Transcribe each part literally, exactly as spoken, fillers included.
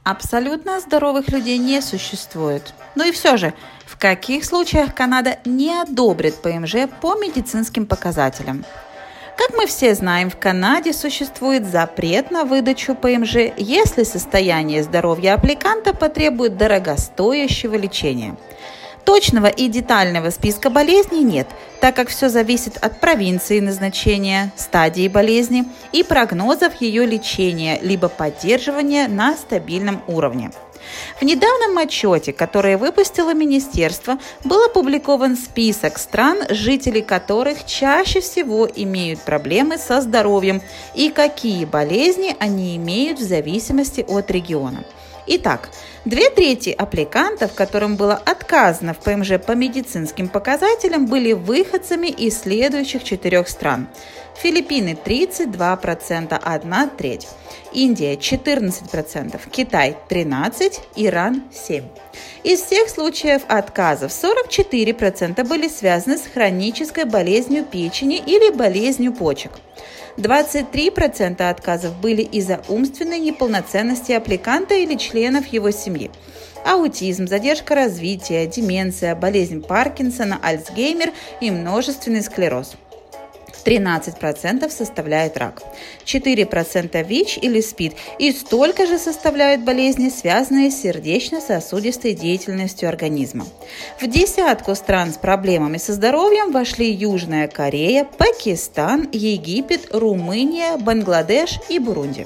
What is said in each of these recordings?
Абсолютно здоровых людей не существует. Но и все же, в каких случаях Канада не одобрит ПМЖ по медицинским показателям? Как мы все знаем, в Канаде существует запрет на выдачу ПМЖ, если состояние здоровья аппликанта потребует дорогостоящего лечения. Точного и детального списка болезней нет, так как все зависит от провинции назначения, стадии болезни и прогнозов ее лечения либо поддерживания на стабильном уровне. В недавнем отчете, который выпустило министерство, был опубликован список стран, жители которых чаще всего имеют проблемы со здоровьем и какие болезни они имеют в зависимости от региона. Итак, две трети аппликантов, которым было отказано в ПМЖ по медицинским показателям, были выходцами из следующих четырех стран. Филиппины тридцать два процента, одна треть. Индия четырнадцать процентов, Китай тринадцать процентов, Иран семь процентов. Из всех случаев отказов сорок четыре процента были связаны с хронической болезнью печени или болезнью почек. двадцать три процента отказов были из-за умственной неполноценности аппликанта или членов его семьи. Аутизм, задержка развития, деменция, болезнь Паркинсона, Альцгеймер и множественный склероз. тринадцать процентов составляет рак, четыре процента ВИЧ или СПИД и столько же составляют болезни, связанные с сердечно-сосудистой деятельностью организма. В десятку стран с проблемами со здоровьем вошли Южная Корея, Пакистан, Египет, Румыния, Бангладеш и Бурунди.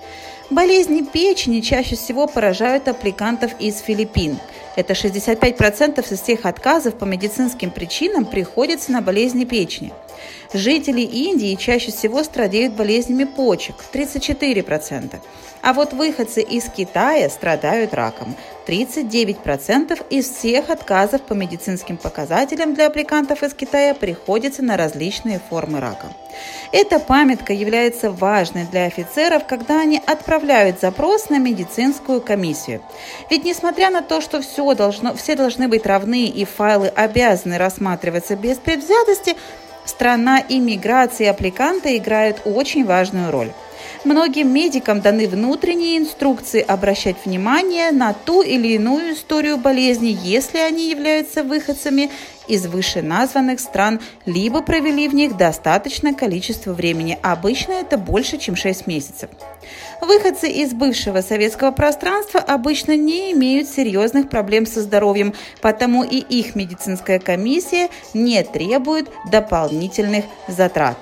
Болезни печени чаще всего поражают аппликантов из Филиппин. Это шестьдесят пять процентов из всех отказов по медицинским причинам приходится на болезни печени. Жители Индии чаще всего страдают болезнями почек – тридцать четыре процента. А вот выходцы из Китая страдают раком – тридцать девять процентов из всех отказов по медицинским показателям для аппликантов из Китая приходится на различные формы рака. Эта памятка является важной для офицеров, когда они отправляют запрос на медицинскую комиссию. Ведь несмотря на то, что все должно, все должны быть равны и файлы обязаны рассматриваться без предвзятости, страна и миграция аппликанта играют очень важную роль. Многим медикам даны внутренние инструкции обращать внимание на ту или иную историю болезни, если они являются выходцами из вышеназванных стран, либо провели в них достаточное количество времени, обычно это больше, чем шесть месяцев. Выходцы из бывшего советского пространства обычно не имеют серьезных проблем со здоровьем, потому и их медицинская комиссия не требует дополнительных затрат.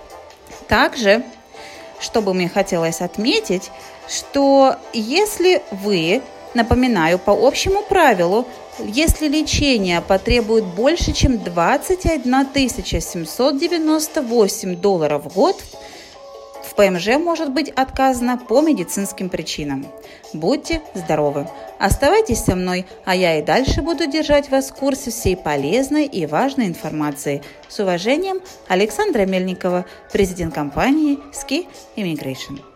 Также, что бы мне хотелось отметить, что если вы, напоминаю, по общему правилу, если лечение потребует больше, чем двадцать одна тысяча семьсот девяносто восемь долларов в год, в ПМЖ может быть отказано по медицинским причинам. Будьте здоровы! Оставайтесь со мной, а я и дальше буду держать вас в курсе всей полезной и важной информации. С уважением, Александра Мельникова, президент компании Ski Immigration.